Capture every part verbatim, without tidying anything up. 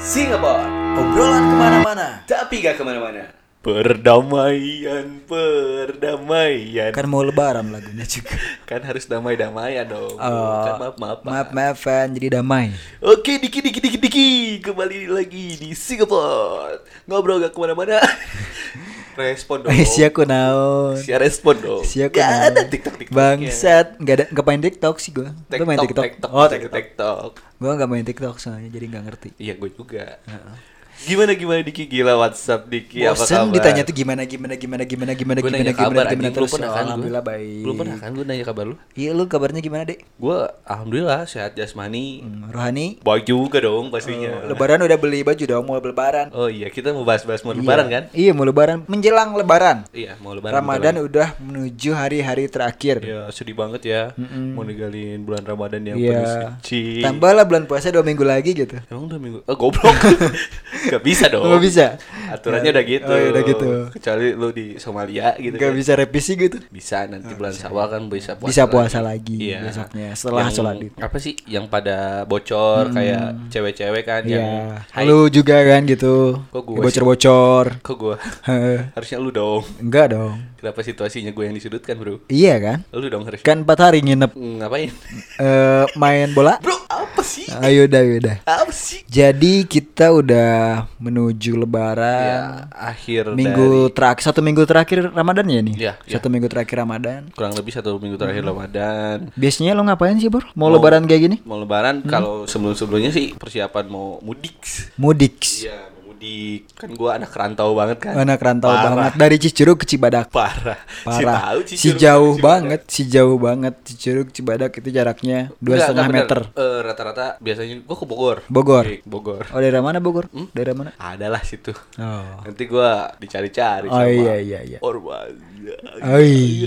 Singapore, Obrolan kemana-mana. tapi gak kemana-mana. Perdamaian, perdamaian. Kan mau lebaran lagunya juga. Kan harus damai-damaian dong. Oh, Kan maaf-maaf. Maaf-maafan jadi damai. Oke, Diki, Diki, Diki, Diki. Kembali lagi di Singapore. Ngobrol gak kemana-mana. Respon dong. Eh, si aku naon. Si respon dong. Si aku Gak naon. ada TikTok-TikToknya. Bangsat, enggak ada enggak main TikTok sih gua. Lu main TikTok? TikTok. Oh, TikTok. TikTok. Gua enggak main TikTok soalnya jadi enggak ngerti. Iya, gue juga. Gimana gimana Diki, gila WhatsApp Diki, apa Bosen kabar? ditanya tuh gimana gimana gimana gimana gimana Gue gimana nanya gimana kabar gimana anjing, terus. belum pernah kan gue? Alhamdulillah baik. Belum pernah kan gue nanya kabar lu? Iya, lu kabarnya gimana, Dek? Gue alhamdulillah sehat jasmani. Hmm, rohani? Baik juga dong pastinya. Oh, lebaran udah beli baju dong, mau lebaran. Oh iya, kita mau bahas-bahas mau lebaran Iya. kan? Iya, mau lebaran, menjelang lebaran. Iya, mau lebaran. Ramadan bentar udah menuju hari-hari terakhir. lagi. Ya, sedih banget ya. Mau ninggalin bulan Ramadan yang Iya. penuh suci. Tambahlah bulan puasa dua minggu lagi gitu. Emang udah minggu? Oh, goblok. Gak bisa dong. Nggak bisa. Aturannya udah gitu. Oh, iya, udah gitu. Kecuali lu di Somalia gitu. Gak kan. bisa revisi gitu. Bisa nanti bulan Syawal kan bisa puasa Bisa puasa lagi Iya. besoknya, setelah Yang- sholat id. Apa sih yang pada bocor kayak cewek-cewek kan yang Iya. hai, Lu juga kan gitu. Kok gua Bocor-bocor. kok gua Heeh. harusnya lu dong. Enggak dong. Kenapa situasinya gue yang disudutkan, Bro? Iya kan? Lu dong harus. Kan empat hari nginep Ngapain? eh, main bola. Bro, apa sih? Ayo dah, ayo dah. Apa sih? Jadi kita udah menuju Ya, lebaran. akhir Minggu dari terakhir, satu minggu terakhir Ramadan ya nih? Iya, iya. Satu minggu terakhir Ramadan. kurang lebih satu minggu terakhir Ramadan. Biasanya lo ngapain sih, Bor? Mau, Mau- lebaran kayak gini? Mau lebaran kalau sebelum-sebelumnya sih persiapan mau mudik. Mudik. Iya, mau mudik. Kan gua anak rantau banget kan. Anak rantau Parah. banget dari Cicurug ke Cibadak. Parah. Si Parah. tahu Si, Cicurug jauh sama banget, si jauh banget Cicurug Cibadak itu jaraknya dua Enggak, setengah enggak meter. bener. Eh, rata-rata biasanya gua ke Bogor. Bogor. Oke, Bogor. Oh, daerah mana Bogor? Daerah mana? Adalah situ. Oh. Nanti gua dicari-cari Oh, iya, iya, iya. Orban. Oi.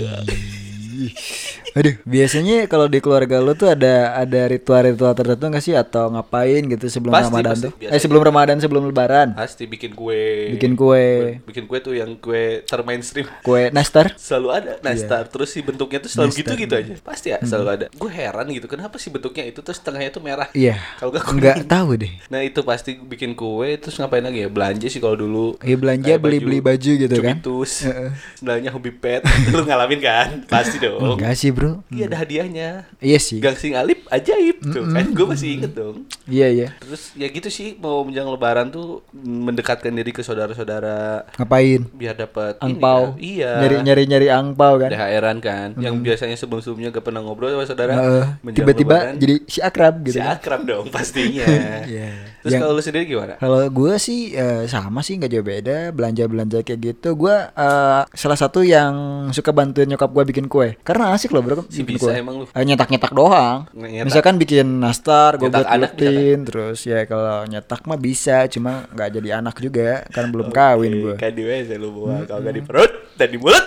Aduh, biasanya kalau di keluarga lu tuh ada ada ritual-ritual tertentu nggak sih atau ngapain gitu sebelum Pasti, Ramadan pasti. tuh? Biasanya. Eh sebelum Ramadan sebelum Lebaran. Pasti bikin kue. Bikin kue. Bikin kue tuh yang kue termainstream. Kue nastar? Selalu ada nastar, terus si bentuknya tuh selalu Nastar. gitu-gitu aja. Pasti ya, selalu ada. Gue heran gitu, kenapa sih bentuknya itu terus tengahnya tuh merah? Iya. Kalau nggak kuning. Nggak tahu deh. Nah itu pasti bikin kue, terus ngapain lagi ya? Belanja sih kalau dulu. Iya, belanja, Kayak beli-beli baju gitu kan. Cubitus, Heeh. sendalnya Hobi Pet. Lu ngalamin kan? Pasti dong. Enggak sih, Bro. Iya ada hadiahnya. Iya sih. Gangsing Alip ajaib tuh kan. Gue masih inget dong. Iya, iya. Terus ya gitu sih, mau menjelang lebaran tuh mendekatkan diri ke saudara-saudara Ngapain? biar dapat Angpau. ini ya. Iya. Nyari-nyari nyari angpau kan. T H R-an kan, yang biasanya sebelum-sebelumnya gak pernah ngobrol sama saudara, Heeh. menjelang Tiba-tiba lebaran, jadi si akrab gitu. si kan. akrab dong pastinya. Iya. Terus Yang- kalau lu sendiri gimana? Kalau gue sih eh, sama sih nggak jauh beda, belanja-belanja kayak gitu. Gue eh, salah satu yang suka bantuin nyokap gue bikin kue karena asik loh bro. Si bikin bisa kue. emang lu. Eh, nyetak-nyetak doang. Nyetak. Misalkan bikin nastar, gue Nyetak buat anak buatin, terus ya kalau nyetak mah bisa, cuma nggak jadi anak juga kan belum kawin gue. Kan di W C lu buat, kalau gak di perut dan di mulut.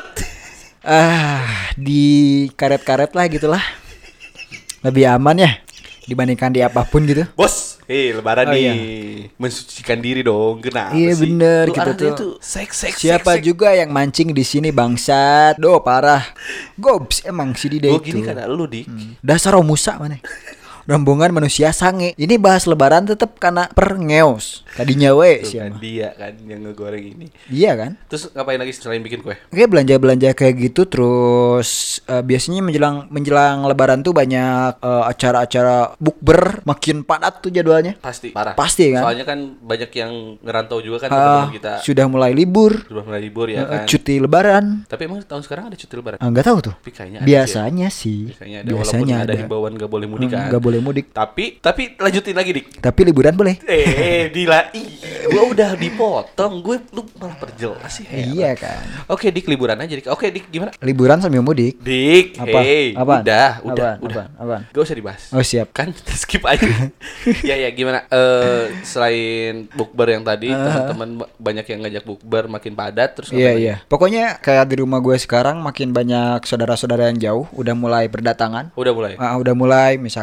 Ah, di karet-karet lah gitulah. Lebih aman ya dibandingkan di apapun gitu. Bos, hei lebaran Oh, nih, iya. mensucikan diri dong. Kenapa Iya, sih? bener, Lu kita anaknya tuh- seks seks. Siapa seks, seks. juga yang mancing di sini bangsat? Doh parah. Gobs emang si Dida Gua itu. gini karena lu dik. Dasar romusa mana? Rombongan manusia sange. Ini bahas lebaran tetep karena perngeos. Tadinya we Tuh kan siapa? dia kan yang ngegoreng ini. Iya kan? Terus ngapain lagi selain bikin kue? Oke, belanja-belanja kayak gitu terus eh, biasanya menjelang menjelang lebaran tuh banyak eh, acara-acara bukber, makin padat tuh jadwalnya. Pasti parah. Pasti kan? Soalnya kan banyak yang ngerantau juga kan Ah, teman-teman kita. sudah mulai libur, Sudah mulai libur ya eh, kan. cuti lebaran. Tapi emang tahun sekarang ada cuti lebaran? Ah, nggak tahu tuh. Tapi kayaknya ada Biasanya sih. Biasanya ada, walaupun ada himbauan gak boleh mudik Hmm, kan. nggak boleh mudik. Tapi tapi lanjutin lagi dik. Tapi liburan boleh. Eh, Dila, ih, gua udah dipotong, gue lu malah perjelas sih. heran. Iya kan. Oke, Dik liburan aja, Dik. Oke, Dik gimana? Liburan sambil mudik. Dik, Apa? hey, Apaan? udah, udah, Apaan? udah. Apaan? Apaan? Gak usah dibahas. Oh siap. Kan skip aja. Ya ya gimana? Eh selain bukber yang tadi, teman-teman ba- banyak yang ngajak bukber makin padat terus Iya ngapain iya. lagi? Pokoknya kayak di rumah gue sekarang makin banyak saudara-saudara yang jauh udah mulai berdatangan. Udah mulai. Ah, udah mulai misalkan. Tahun sekarang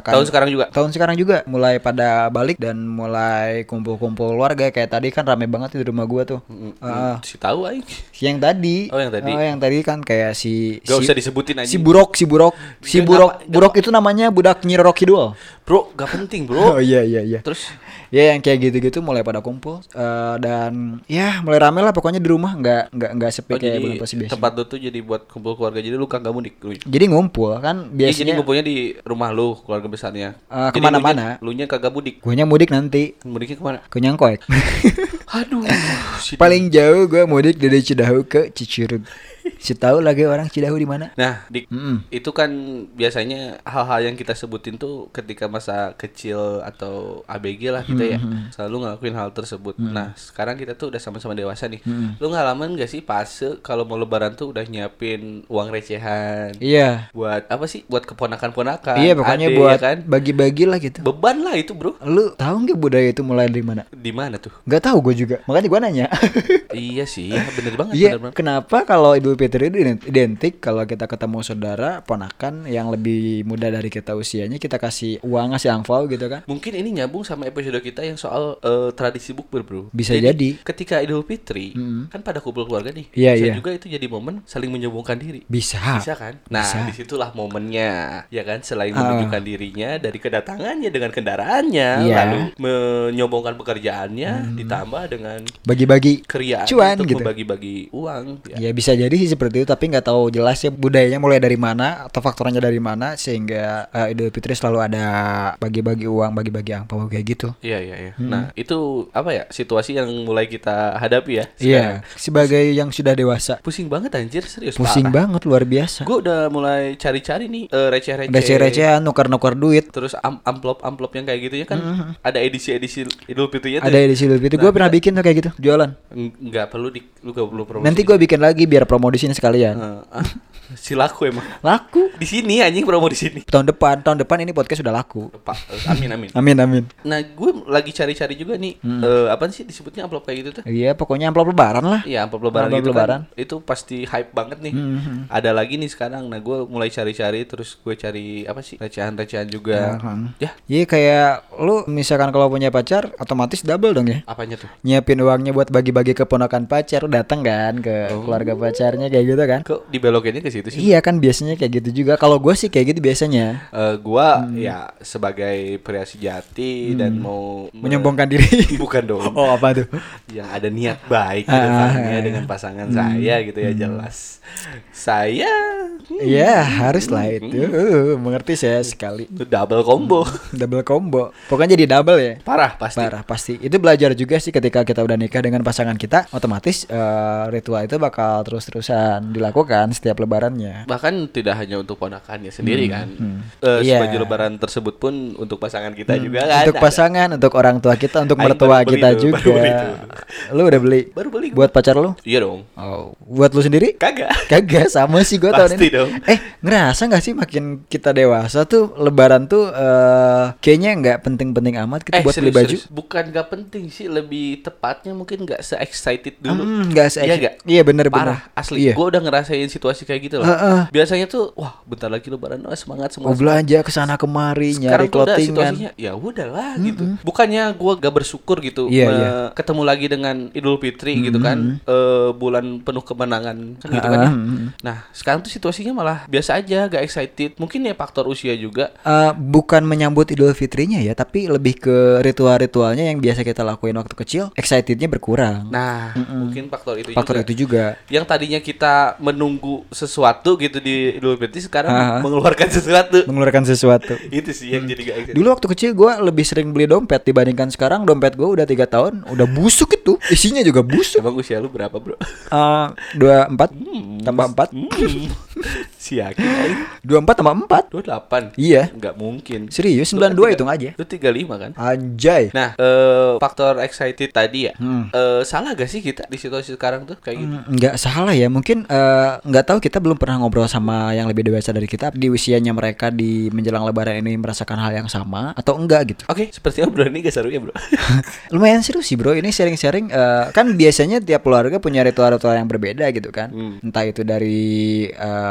sekarang juga. Tahun sekarang juga mulai pada balik dan mulai kumpul-kumpul keluarga. Kayak tadi kan rame banget di rumah gua tuh. Mm, Uh, si tahu aing. yang tadi. Oh, yang tadi. Oh, yang tadi kan kayak si Gak si, usah disebutin aja. si Burok, si Burok, si Gak- Burok, gak- Burok itu namanya budak Nyi Roro Kidul. Bro, gak penting, Bro. Oh iya iya iya. Terus Ya yang kayak gitu-gitu mulai pada kumpul eh, dan ya mulai rame lah pokoknya di rumah, nggak nggak nggak sepi oh, kayak jadi bulan puasa biasa. tempat lu tuh jadi buat kumpul keluarga. Jadi lu kagak mudik lu. Jadi ngumpul kan Iya, jadi biasanya ngumpulnya di rumah lu, keluarga besarnya. Eh, Jadi kemana-mana. Lu nya kagak mudik. guanya mudik nanti Mudiknya kemana? ke Nyangkoek. Aduh, si Paling jauh gue mudik dari Cidahu ke Cicurug. Si tahu lagi orang Cidahu di mana? Nah, Dik, Mm-mm. itu kan biasanya hal-hal yang kita sebutin tuh ketika masa kecil atau A B G lah kita ya, selalu ngelakuin hal tersebut. Nah, sekarang kita tuh udah sama-sama dewasa nih. Lu ngalamin gak sih fase kalau mau lebaran tuh udah nyiapin uang recehan? Iya. Buat apa sih? Buat keponakan-ponakan. Iya pokoknya adek, buat ya kan? bagi-bagi lah gitu. Beban lah itu, Bro. Lu tahu nggak budaya itu mulai dari mana? Di mana tuh? Gak tahu gue juga. Makanya gue nanya. Iya sih, bener banget, Iya, bener banget. kenapa kalau Idul Fitri itu ident- identik kalau kita ketemu saudara, ponakan yang lebih muda dari kita usianya, kita kasih uang, ngasih angpau gitu kan? Mungkin ini nyambung sama episode kita yang soal eh, tradisi bukber, Bro. Bisa jadi. Ketika Idul Fitri, Mm. kan pada kumpul keluarga nih. Iya, bisa iya. juga itu jadi momen saling menyombongkan diri. Bisa. Bisa kan? Nah, Bisa. disitulah momennya, ya kan? Selain Ah. menunjukkan dirinya dari kedatangannya dengan kendaraannya, Iya. lalu menyombongkan pekerjaannya, ditambah dengan Bagi-bagi keriaan cuan untuk gitu. membagi-bagi uang. Ya. Ya bisa jadi sih seperti itu, tapi nggak tahu jelas ya budayanya mulai dari mana atau faktornya dari mana sehingga eh, Idul Fitri selalu ada bagi-bagi uang, bagi-bagi angpau kayak gitu. Iya, iya, iya. Nah, itu apa ya? Situasi yang mulai kita hadapi ya. Iya, sebagai yang sudah dewasa. Pusing banget anjir, serius Pusing parah. banget luar biasa. Gue udah mulai cari-cari nih eh, receh-receh. Receh-recehan, nukar-nukar duit. Terus am- amplop-amplop yang kayak gitu ya kan ada edisi-edisi Idul Fitrinya tuh. Ada edisi Idul Fitri. Nah, Gue pernah kita- bikin tuh kayak gitu, jualan. Eng- Nggak perlu di, lu gak perlu promosi. Nanti gue bikin lagi biar promo di sini sekalian. Eh, ah, si laku emang. Laku. Di sini anjing promo di sini. Tahun depan, tahun depan ini podcast sudah laku. Pak, eh, amin amin. Amin amin. Nah, gue lagi cari-cari juga nih eh, apa sih disebutnya amplop kayak gitu tuh? Iya, pokoknya amplop lebaran lah. Iya, amplop lebaran Amplop gitu lebaran. kan. Itu pasti hype banget nih. Mhm. Ada lagi nih sekarang. Nah, gue mulai cari-cari terus gue cari apa sih? Recehan-recehan juga. Mhm. Ya, Iya kayak lu misalkan kalau punya pacar otomatis double dong ya. apanya tuh? Nyiapin uangnya buat bagi-bagi ke ponakan pacar, datang kan ke Oh. keluarga pacarnya kayak gitu kan. Kok dibelokinnya ke situ sih? Iya kan biasanya kayak gitu juga. Kalau gue sih kayak gitu biasanya. Eh, gua Hmm. ya sebagai pria sejati dan mau me- Menyombongkan diri. bukan dong. Oh apa tuh? Yang ada niat baik ke Ah, depannya ah, dengan pasangan saya gitu ya jelas. Saya hmm, Iya harus lah itu. Uh, mengerti saya sekali. double combo. Double combo. Pokoknya jadi double ya. Parah pasti. Parah pasti. Itu belajar juga sih ketika kita udah nikah dengan pasangan kita, otomatis eh, ritual itu bakal terus-terusan dilakukan setiap lebarannya. Bahkan tidak hanya untuk ponakannya sendiri kan. hmm. Eh, Iya. Baju lebaran tersebut pun untuk pasangan kita juga kan. Untuk ada. pasangan, untuk orang tua kita, untuk Aing mertua baru beli kita tuh, juga. baru beli tuh. Lu udah beli? Baru beli gua. Buat pacar lu? Iya dong. Oh, buat lu sendiri? Kagak. Kagak, sama sih gue tahun Pasti ini. dong. Eh, ngerasa nggak sih makin kita dewasa tuh lebaran tuh eh kayaknya nggak penting-penting amat kita Eh, buat serius, beli baju. serius. Bukan gak penting sih, lebih tepatnya mungkin gak se-excited dulu. Hmm, nggak se Iya gak? Iya bener bener. Parah, asli. Iya. Gue udah ngerasain situasi kayak gitu loh. Heeh. Biasanya tuh, wah bentar lagi lebaran, oh, semangat Mau semangat. belanja ke sana kemari Sekarang nyari tuh udah clothingan. situasinya, ya udahlah gitu. Bukannya gue gak bersyukur gitu, Iya, me- iya. ketemu lagi dengan Idul Fitri gitu kan, eh, bulan penuh kemenangan kan gitu kan. ya. Mm-mm. Nah sekarang tuh situasinya malah biasa aja, gak excited. Mungkin ya faktor usia juga. Eh, bukan menyambut Idul Fitrinya ya, tapi lebih ke ritual-ritualnya yang biasa kita lakuin waktu kecil, excitednya berkurang. Nah mungkin faktor itu Faktor juga. itu juga. Yang tadinya kita menunggu sesuatu gitu di Idul Fitri sekarang Ah. mengeluarkan sesuatu. Mengeluarkan sesuatu. Itu sih yang jadi gak excited. Dulu waktu kecil gue lebih sering beli dompet dibandingkan sekarang. Dompet gue udah tiga tahun, udah busuk itu, isinya juga busuk. Emang usia lu berapa, Bro? Eh, dua empat tambah empat, Hmm. Si yakin aing. dua empat tambah empat. dua puluh delapan. Iya. Enggak mungkin. Serius Lu sembilan kan dua tiga- hitung aja. Lu tiga puluh lima kan? Anjay. Nah, eh, faktor excited tadi ya. Hmm. Eh, salah gak sih kita di situasi sekarang tuh kayak gitu? Hmm, nggak salah ya, mungkin eh, nggak tahu, kita belum pernah ngobrol sama yang lebih dewasa dari kita di usianya mereka di menjelang lebaran ini merasakan hal yang sama atau enggak gitu. Oke, sepertinya obrolan ini gak seru ya, Bro. Lumayan seru sih bro, ini sharing-sharing eh, kan biasanya tiap keluarga punya ritual-ritual yang berbeda gitu kan. Hmm. Entah itu dari eh, ritual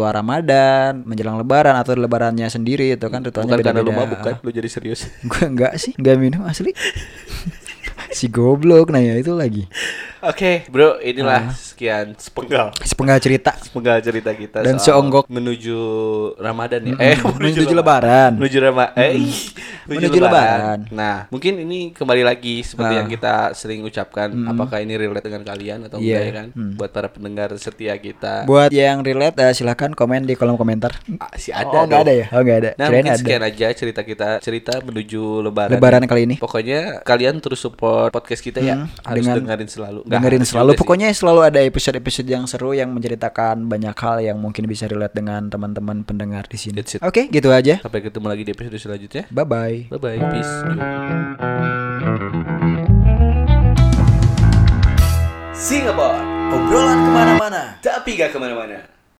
ritual Ramadan, menjelang Lebaran atau Lebarannya sendiri itu kan ritualnya Bukan karena beda-beda. lu mabuk kan, lu jadi serius. Gue enggak sih, enggak minum asli. Si goblok nanya itu lagi. Oke, bro, inilah Ah. sekian sepenggal Sepenggal cerita sepenggal cerita kita dan soal seonggok menuju Ramadan ya. Mm-mm. Eh, menuju Lebaran. Menuju Ramadan. Eh, Menuju Lebaran. Nah, mungkin ini kembali lagi seperti Ah. yang kita sering ucapkan, apakah ini relate dengan kalian atau Iya. enggak ya kan? Hmm. Buat para pendengar setia kita. Buat yang relate uh, silahkan komen di kolom komentar. Ah, si ada Oh nggak dong. ada ya? Oh nggak ada. Nah, Kirain mungkin ada. sekian aja cerita kita, cerita menuju Lebaran. Lebaran kali ini. Pokoknya kalian terus support podcast kita ya. Hmm, Harus dengan- dengerin selalu. Nggak Dengerin harus selalu. juga sih. Pokoknya selalu ada episode-episode yang seru yang menceritakan banyak hal yang mungkin bisa relate dengan teman-teman pendengar di sini. That's it. Oke, gitu aja. Sampai ketemu lagi di episode selanjutnya. Bye bye. Bye bye. Peace. Singapore. Obrolan kemana-mana. Tapi gak kemana-mana.